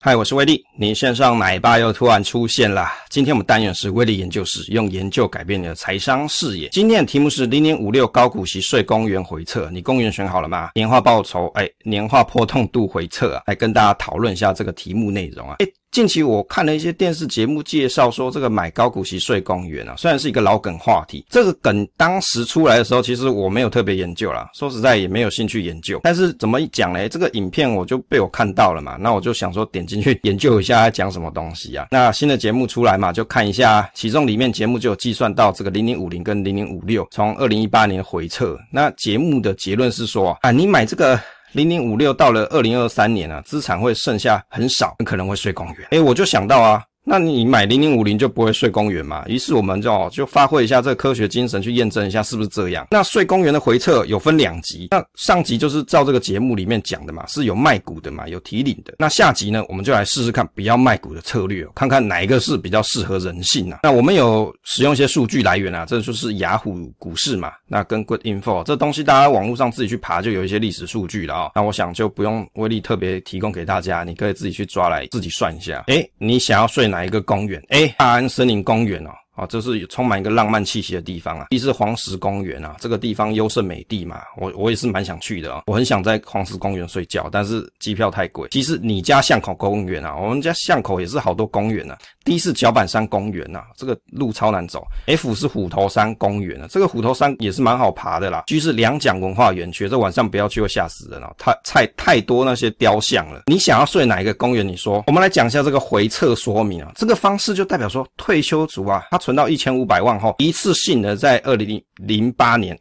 嗨，我是威力，你线上奶爸又突然出现啦。今天我们单元是威力研究室，用研究改变你的财商视野。今天的题目是0056高股息税公园回测，你公园选好了吗？年化报酬，年化波动度回测啊，来跟大家讨论一下这个题目内容啊。近期我看了一些电视节目介绍说这个买高股息税公园啊，虽然是一个老梗话题，这个梗当时出来的时候，其实我没有特别研究啦，说实在也没有兴趣研究。但是怎么讲呢？这个影片我就被我看到了嘛，那我就想说点进去研究一下它讲什么东西啊。那新的节目出来嘛，就看一下，其中里面节目就有计算到这个0050跟0056从2018年回测。那节目的结论是说啊，你买这个0056到了2023年啊，资产会剩下很少，很可能会税公园。我就想到啊，那你买0050就不会税公园嘛？于是我们就发挥一下这个科学精神去验证一下是不是这样。那税公园的回测有分2集，那上集就是照这个节目里面讲的嘛，是有卖股的嘛，有提领的。那下集呢，我们就来试试看不要卖股的策略，看看哪一个是比较适合人性啊。那我们有使用一些数据来源啊，这就是雅虎股市嘛，那跟 Good Info 这东西大家网络上自己去爬就有一些历史数据了那我想就不用威力特别提供给大家，你可以自己去抓来自己算一下。你想要税哪一个公园？大安森林公园这是充满一个浪漫气息的地方啊。第是黄石公园啊，这个地方优胜美地嘛，我也是蛮想去的我很想在黄石公园睡觉，但是机票太贵。其实你家巷口公园啊，我们家巷口也是好多公园啊。第是角板山公园啊，这个路超难走。F 是虎头山公园啊，这个虎头山也是蛮好爬的啦。G 是两蒋文化园区，这晚上不要去会吓死人太多那些雕像了。你想要睡哪一个公园？你说。我们来讲一下这个回测说明啊。这个方式就代表说退休族啊，他存到1500万后，一次性的在2008年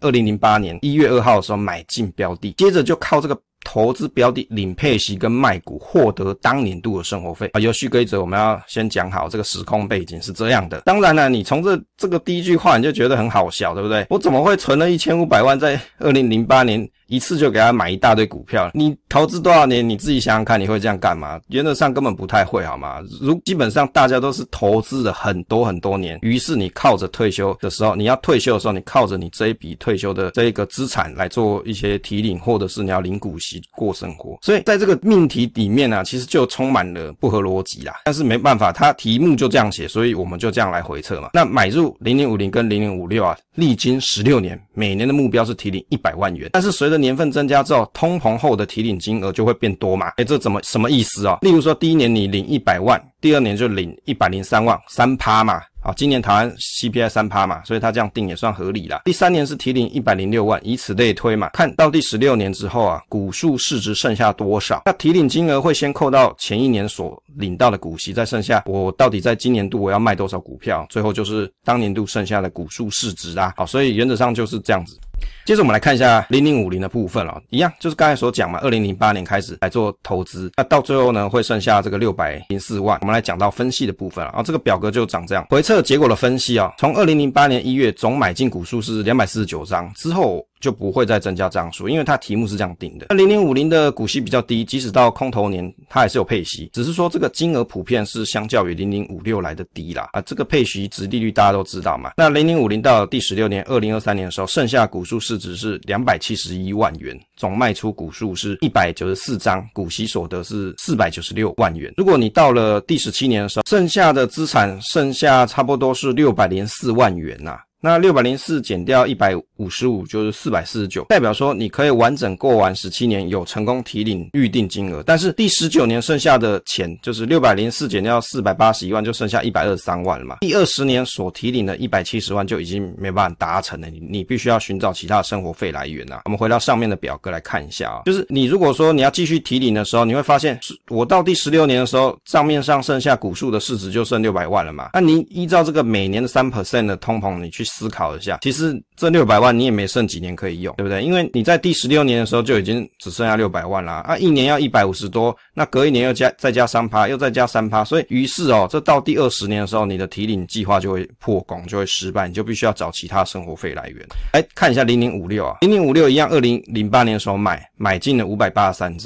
1月2号的时候买进标的，接着就靠这个投资标的领配息跟卖股获得当年度的生活费游戏规则我们要先讲好，这个时空背景是这样的。当然了，你从这个第一句话你就觉得很好笑，对不对？我怎么会存了1500万在2008年一次就给他买一大堆股票？你投资多少年你自己想想看，你会这样干吗？原则上根本不太会，好吗？基本上大家都是投资了很多年，于是你靠着退休的时候，你要退休的时候，你靠着你这一笔退休的这一个资产来做一些提领，或者是你要领股息过生活。所以在这个命题里面其实就充满了不合逻辑啦。但是没办法，它题目就这样写，所以我们就这样来回测嘛。那买入0050跟0056历经16年，每年的目标是提领100万元。但是随着年份增加之后，通膨后的提领金额就会变多嘛。这什么意思例如说第一年你领100万，第二年就领103万，3% 嘛。今年台湾 CPI 3% 嘛，所以他这样定也算合理啦。第3年是提领106万，以此类推嘛。看到第16年之后股数市值剩下多少？那提领金额会先扣到前一年所领到的股息，再剩下我到底在今年度我要卖多少股票，最后就是当年度剩下的股数市值啦。所以原则上就是这样子。接着我们来看一下0050的部分一样就是刚才所讲嘛，2008年开始来做投资，那到最后呢会剩下这个604万。我们来讲到分析的部分这个表格就长这样。回测结果的分析从2008年1月总买进股数是249张，之后就不会再增加张数，因为它题目是这样定的。那0050的股息比较低，即使到空头年它还是有配息，只是说这个金额普遍是相较于0056来的低啦。这个配息殖利率大家都知道嘛。那0050到第16年2023年的时候，剩下股数市值是271万元，总卖出股数是194张，股息所得是496万元。如果你到了第17年的时候，剩下的资产剩下差不多是604万元那604减掉155就是449，代表说你可以完整过完17年，有成功提领预定金额。但是第19年剩下的钱就是604减掉481万，就剩下123万了嘛。第20年所提领的170万就已经没办法达成了，你必须要寻找其他的生活费来源我们回到上面的表格来看一下就是你如果说你要继续提领的时候，你会发现我到第16年的时候，账面上剩下股数的市值就剩600万了嘛。那你依照这个每年的 3% 的通膨，你去思考一下，其实这600万你也没剩几年可以用，对不对？因为你在第16年的时候就已经只剩下600万啦一年要150多，那隔一年又再加 3%， 又再加 3%， 所以于是这到第20年的时候，你的提领计划就会破功，就会失败，你就必须要找其他生活费来源。来看一下00560056一样，2008年的时候买进了583张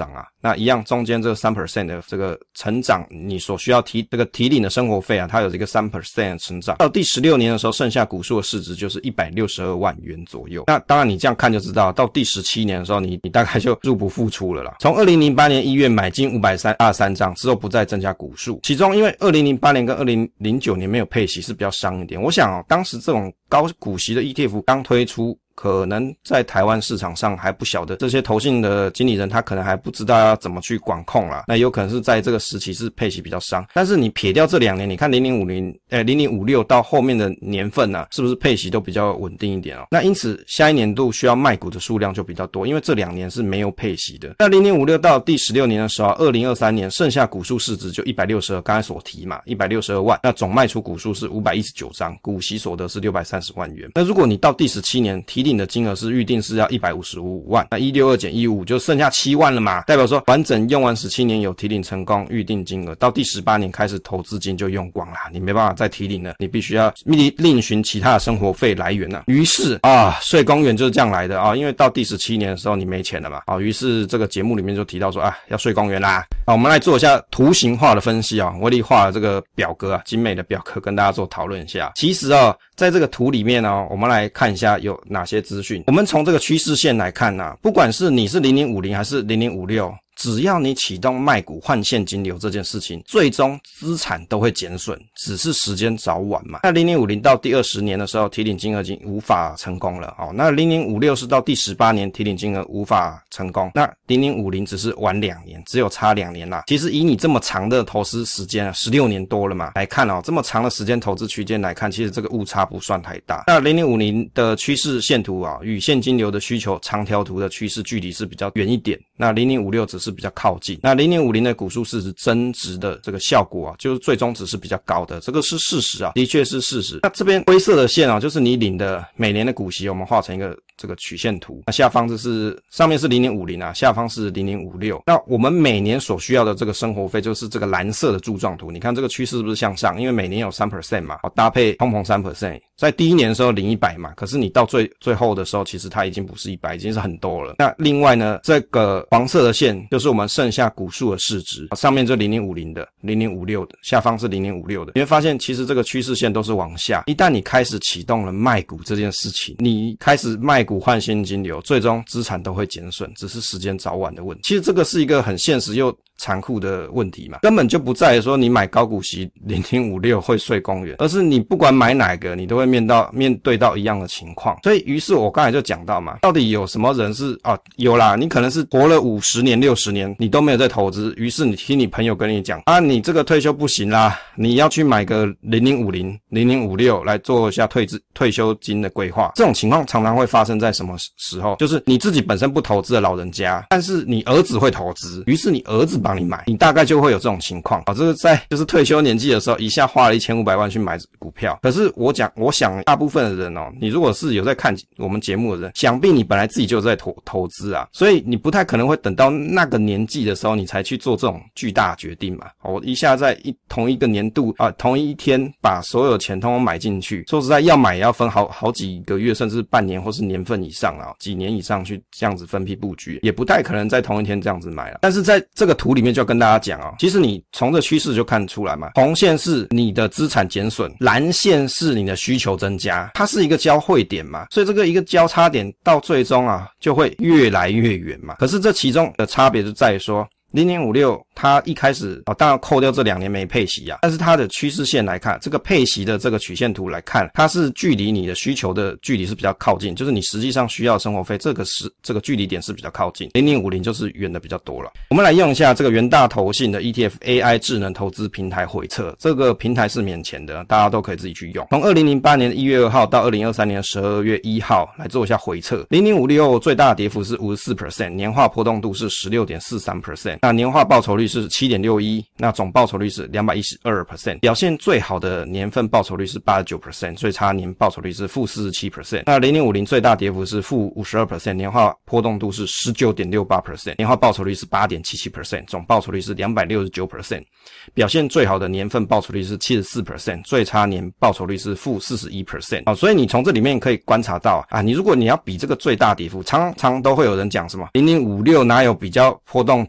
那一样中间这个 3% 的这个成长，你所需要这个提领的生活费啊，它有这个 3% 的成长。到第16年的时候，剩下股数的市值就是162万元左右。那当然你这样看就知道，到第17年的时候，你大概就入不敷出了啦。从2008年1月买进523张之后，不再增加股数。其中因为2008年跟2009年没有配息是比较伤一点。我想当时这种高股息的 ETF 刚推出，可能在台湾市场上还不晓得，这些投信的经理人他可能还不知道要怎么去管控啦。那有可能是在这个时期是配息比较伤，但是你撇掉这2年，你看0056到后面的年份啊，是不是配息都比较稳定一点哦？那因此下一年度需要卖股的数量就比较多，因为这2年是没有配息的。那0056到第16年的时候，2023年剩下股数市值就162，刚才所提嘛，162万，那总卖出股数是519张，股息所得是630万元。那如果你到第17年提领的金额是预定是要155万，那162减155就剩下7万了嘛，代表说完整用完17年有提领成功，预定金额到第18年开始投资金就用光啦，你没办法再提领了，你必须要另寻其他的生活费来源啊。于是税公园就是这样来的啊，因为到第17年的时候你没钱了嘛，于是这个节目里面就提到说要税公园啦。我们来做一下图形化的分析啊，威力画了这个表格啊，精美的表格跟大家做讨论一下。其实在这个图里面我们来看一下有哪些资讯。我们从这个趋势线来看不管是你是0050还是0056，只要你启动卖股换现金流这件事情，最终资产都会减损，只是时间早晚嘛。那0050到第20年的时候，提领金额已经无法成功了那0056是到第18年提领金额无法成功，那0050只是晚2年，只有差2年啦。其实以你这么长的投资时间16年多了嘛来看这么长的时间投资区间来看，其实这个误差不算太大。那0050的趋势线图与现金流的需求长条图的趋势距离是比较远一点，那0056只是比较靠近。那0050的股数市值增值的这个效果就是最终值是比较高的，这个是事实的确是事实。那这边灰色的线就是你领的每年的股息，我们画成一个这个曲线图。那下方上面是0050下方是0056。那我们每年所需要的这个生活费就是这个蓝色的柱状图。你看这个趋势是不是向上？因为每年有 3% 嘛，搭配通膨 3%， 在第一年的时候领100嘛，可是你到最后的时候，其实它已经不是100，已经是很多了。那另外呢，这个黄色的线就是我们剩下股数的市值，上面这0050的0056的，下方是0056的。你会发现其实这个趋势线都是往下。一旦你开始启动了卖股这件事情，你开始卖股换现金流，最终资产都会减损，只是时间早晚的问题。其实这个是一个很现实又残酷的问题嘛，根本就不在于说你买高股息0056会税公园，而是你不管买哪个，你都会面对到一样的情况。所以于是我刚才就讲到嘛，到底有什么人是有啦，你可能是活了50年60年你都没有在投资，于是你听你朋友跟你讲你这个退休不行啦，你要去买个0050 0056来做一下退休金的规划。这种情况常常会发生在什么时候？就是你自己本身不投资的老人家，但是你儿子会投资，于是你儿子帮你买，你大概就会有这种情况这个在就是退休年纪的时候，一下花了1500万去买股票。可是我想大部分的人你如果是有在看我们节目的人，想必你本来自己就在投资所以你不太可能会等到那个年纪的时候你才去做这种巨大决定嘛。我一下在同一个年度同一天把所有钱通通买进去，说实在要买也要分好几个月，甚至半年或是年份以上几年以上去这样子分批布局，也不太可能在同一天这样子买了。但是在这个图里面就要跟大家讲其实你从这趋势就看出来嘛，红线是你的资产减损，蓝线是你的需求增加，它是一个交汇点嘛，所以这个一个交叉点到最终就会越来越远嘛。可是这其中的差别就在于说0056它一开始当然扣掉这2年没配息但是它的趋势线来看，这个配息的这个曲线图来看，它是距离你的需求的距离是比较靠近，就是你实际上需要的生活费这个距离点是比较靠近，0050就是远的比较多了。我们来用一下这个元大投信的 ETF AI 智能投资平台回测，这个平台是免钱的，大家都可以自己去用。从2008年1月2号到2023年12月1号来做一下回测，0056最大的跌幅是 54%， 年化波动度是 16.43%， 那年化报酬率是 7.61%， 那总报酬率是 212%， 表现最好的年份报酬率是 89%， 最差年报酬率是负 47%。 那0050最大跌幅是负 52%， 年化波动度是 19.68%， 年化报酬率是 8.77%， 总报酬率是 269%， 表现最好的年份报酬率是 74%， 最差年报酬率是负 41%。 所以你从这里面可以观察到如果你要比这个最大跌幅，常常都会有人讲什么0056哪有比较波动低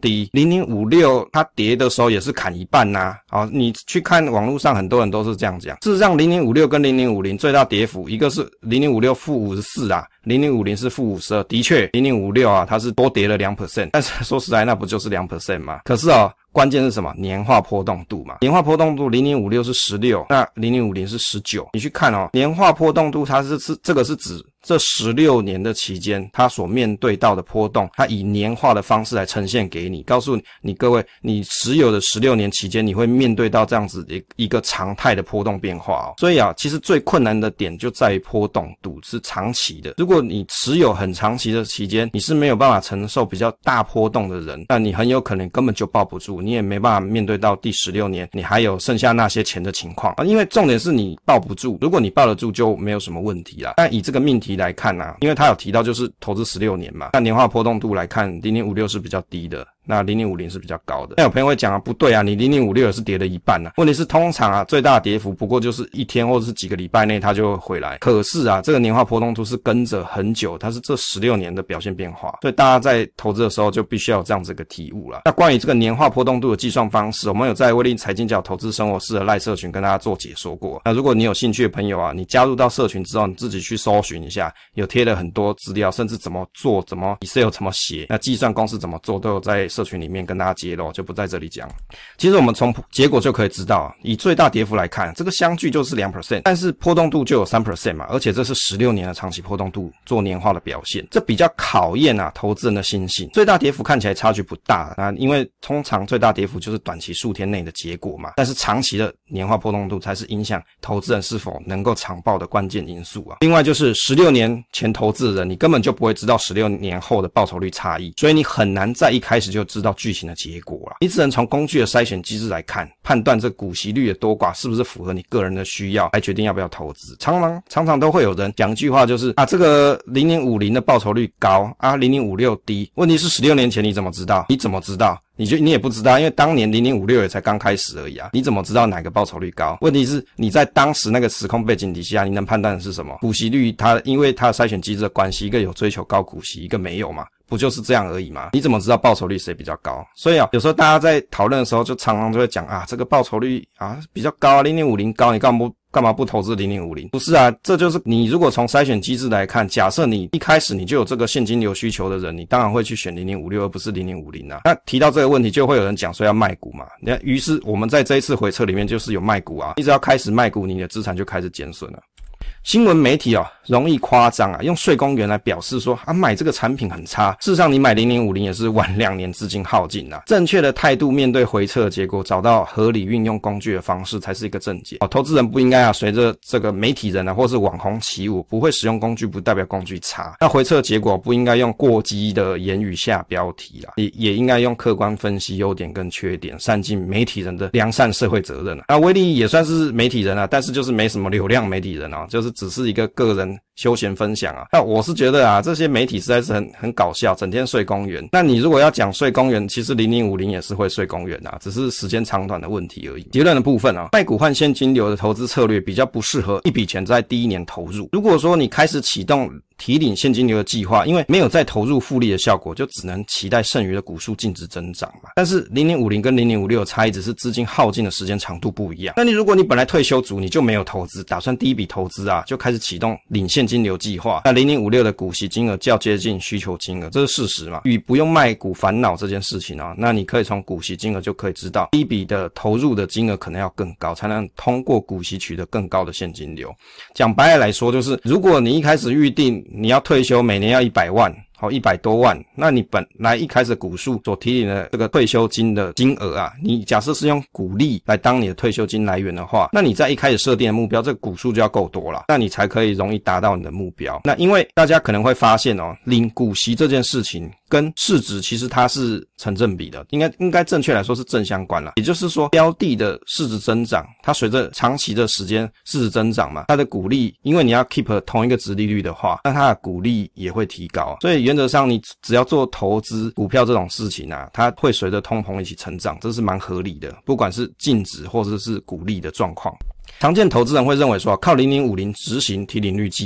0056它跌的时候也是砍一半呐。好，你去看网络上很多人都是这样讲。事实上0056跟0050最大跌幅，一个是0056负54啊，0050是负52，的确0056啊它是多跌了 2%， 但是说实在那不就是 2% 吗？可是关键是什么？年化波动度嘛。年化波动度0056是16，那0050是19。你去看年化波动度它这个是指这16年的期间它所面对到的波动，它以年化的方式来呈现给你，告诉你各位，你持有的16年期间你会面对到这样子一个常态的波动变化所以其实最困难的点就在于波动度是长期的。如果你持有很长期的期间，你是没有办法承受比较大波动的人，那你很有可能根本就抱不住，你也没办法面对到第16年你还有剩下那些钱的情况因为重点是你抱不住，如果你抱得住就没有什么问题啦。但以这个命题来看因为他有提到就是投资16年嘛，那年化波动度来看0056是比较低的，那0050是比较高的。那有朋友会讲不对你0056也是跌了一半问题是通常最大的跌幅不过就是一天或者是几个礼拜内它就会回来，可是这个年化波动度是跟着很久，它是这16年的表现变化，所以大家在投资的时候就必须要有这样子一个体悟啦。那关于这个年化波动度的计算方式，我们有在威力财经角投资生活室的赖社群跟大家做解说过。那如果你有兴趣的朋友你加入到社群之后，你自己去搜寻一下，有贴了很多资料，甚至怎么做，怎么 Excel 怎么写，那计算公式怎么做，都有在社群里面跟大家揭露，就不在这里讲。其实我们从结果就可以知道，以最大跌幅来看，这个相距就是 2%， 但是波动度就有 3% 嘛，而且这是16年的长期波动度做年化的表现，这比较考验投资人的心性。最大跌幅看起来差距不大因为通常最大跌幅就是短期数天内的结果嘛，但是长期的年化波动度才是影响投资人是否能够长抱的关键因素另外就是16年前投资的人，你根本就不会知道16年后的报酬率差异，所以你很难在一开始就知道剧情的结果你只能从工具的筛选机制来看，判断这股息率的多寡是不是符合你个人的需要，来决定要不要投资。常常都会有人讲一句话，就是这个0050的报酬率高0056低，问题是16年前你怎么知道？你怎么知道？你也不知道，因为当年0056也才刚开始而已你怎么知道哪个报酬率高？问题是你在当时那个时空背景底下，你能判断的是什么？股息率因为它的筛选机制的关系，一个有追求高股息，一个没有嘛，不就是这样而已吗？你怎么知道报酬率谁比较高？所以有时候大家在讨论的时候，就常常就会讲这个报酬率比较高0050高，你干嘛不投资0050？不是这就是你如果从筛选机制来看，假设你一开始你就有这个现金流需求的人，你当然会去选0056而不是0050那提到这个问题，就会有人讲说要卖股嘛。于是我们在这一次回撤里面就是有卖股你只要开始卖股，你的资产就开始减损了。新闻媒体容易夸张用税公园来表示说买这个产品很差，事实上你买0050也是晚2年资金耗尽正确的态度面对回撤的结果，找到合理运用工具的方式才是一个正解投资人不应该随着这个媒体人或是网红起舞，不会使用工具不代表工具差。那回撤结果不应该用过激的言语下标题也应该用客观分析优点跟缺点，善尽媒体人的良善社会责任那威力也算是媒体人但是就是没什么流量媒体人就是只是一个个人休闲分享那我是觉得这些媒体实在是很搞笑，整天睡公园。那你如果要讲睡公园，其实0050也是会睡公园只是时间长短的问题而已。结论的部分卖股换现金流的投资策略比较不适合一笔钱在第一年投入。如果说你开始启动提领现金流的计划，因为没有再投入复利的效果，就只能期待剩余的股数净值增长嘛。但是0050跟0056的差异只是资金耗尽的时间长度不一样。那如果你本来退休族，你就没有投资，打算第一笔投资就开始启动领现金流计划，那0056的股息金额较接近需求金额，这是事实嘛。与不用卖股烦恼这件事情那你可以从股息金额就可以知道，第一笔的投入的金额可能要更高，才能通过股息取得更高的现金流。讲白来说，就是如果你一开始预定你要退休每年要100万100多万，那你本来一开始股数所提领的这个退休金的金额你假设是用股利来当你的退休金来源的话，那你在一开始设定的目标，这个股数就要够多了，那你才可以容易达到你的目标。那因为大家可能会发现领股息这件事情跟市值其实它是成正比的，应该正确来说是正相关啦。也就是说，标的的市值增长，它随着长期的时间市值增长嘛，它的股利，因为你要 keep 同一个殖利率的话，那它的股利也会提高。所以原则上你只要做投资股票这种事情它会随着通膨一起成长，这是蛮合理的，不管是净值或者是股利的状况。常见投资人会认为说靠0050执行提领率计划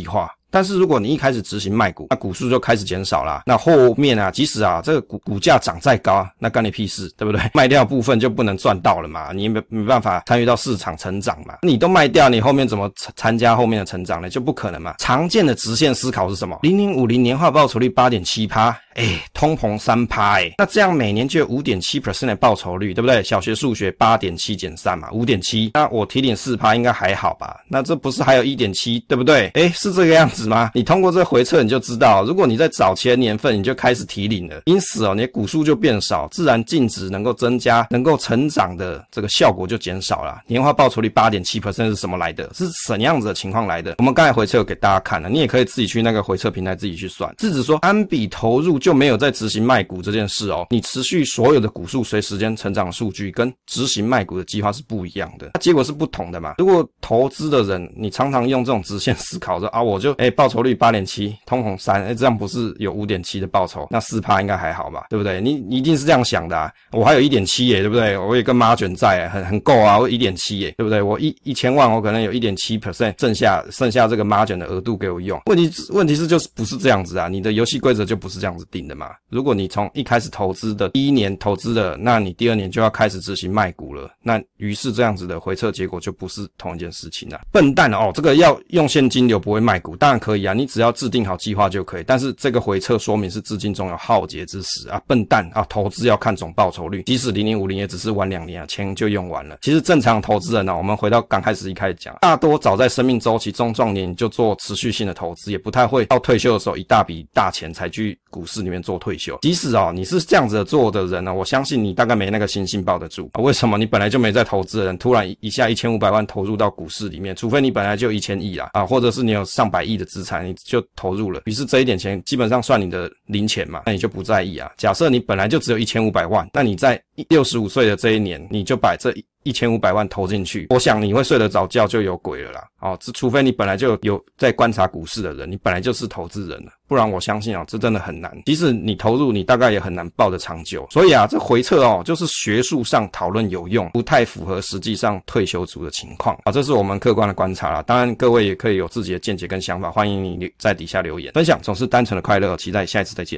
但是如果你一开始执行卖股，那股数就开始减少啦。那后面啊，即使啊这个股价涨再高，那干你屁事，对不对？卖掉部分就不能赚到了嘛，你没办法参与到市场成长嘛。你都卖掉，你后面怎么参加后面的成长呢？就不可能嘛。常见的直线思考是什么？0050年化报酬率 8.7%， 通膨 3%， 那这样每年就有 5.7% 的报酬率，对不对？小学数学 8.7 减3嘛， 5.7， 那我提领 4% 应该还好吧？那这不是还有 1.7， 对不对？是这个样子吗？你通过这个回测你就知道，如果你在早期的年份你就开始提领了，因此你的股数就变少，自然净值能够增加，能够成长的这个效果就减少了。年化报酬率 8.7% 是什么来的？是怎样子的情况来的？我们刚才回测有给大家看了，你也可以自己去那个回测平台自己去算。是指说安比投入就没有在执行卖股这件事哦，你持续所有的股数随时间成长的数据跟执行卖股的计划是不一样的，结果是不同的嘛。如果投资的人你常常用这种直线思考说我就报酬率 8.7 通膨3，这样不是有 5.7 的报酬，那 4% 应该还好吧，对不对？你一定是这样想的啊，我还有 1.7 耶，对不对？我有个margin在很够啊，我 1.7 耶，对不对？我1000万我可能有 1.7% 剩下这个 margin 的额度给我用。问题是就是不是这样子啊，你的游戏规则就不是这样子定的嘛。如果你从一开始投资的第一年投资的，那你第二年就要开始执行卖股了，那于是这样子的回测结果就不是同一件事情啊。笨蛋这个要用现金流不会卖股，当然可以啊，你只要制定好计划就可以，但是这个回测说明是资金中有浩劫之时啊，笨蛋啊，投资要看总报酬率，即使0050也只是玩2年啊，钱就用完了。其实正常投资人我们回到刚开始一开始讲，大多早在生命周期中壮年就做持续性的投资，也不太会到退休的时候一大笔大钱才去股市里面做退休。即使你是这样子的做的人我相信你大概没那个心性抱得住为什么？你本来就没在投资的人突然一下1500万投入到股市里面，除非你本来就1000亿或者是你有上百亿的资产你就投入了，于是这一点钱基本上算你的零钱嘛，那你就不在意啊。假设你本来就只有1500万，那你在65岁的这一年你就把这1500万投进去，我想你会睡得着觉就有鬼了啦。除非你本来就有在观察股市的人，你本来就是投资人了，不然我相信这真的很难。即使你投入，你大概也很难抱得长久。所以这回测就是学术上讨论有用，不太符合实际上退休族的情况这是我们客观的观察啦。当然各位也可以有自己的见解跟想法，欢迎你在底下留言分享。总是单纯的快乐，期待下一次再见。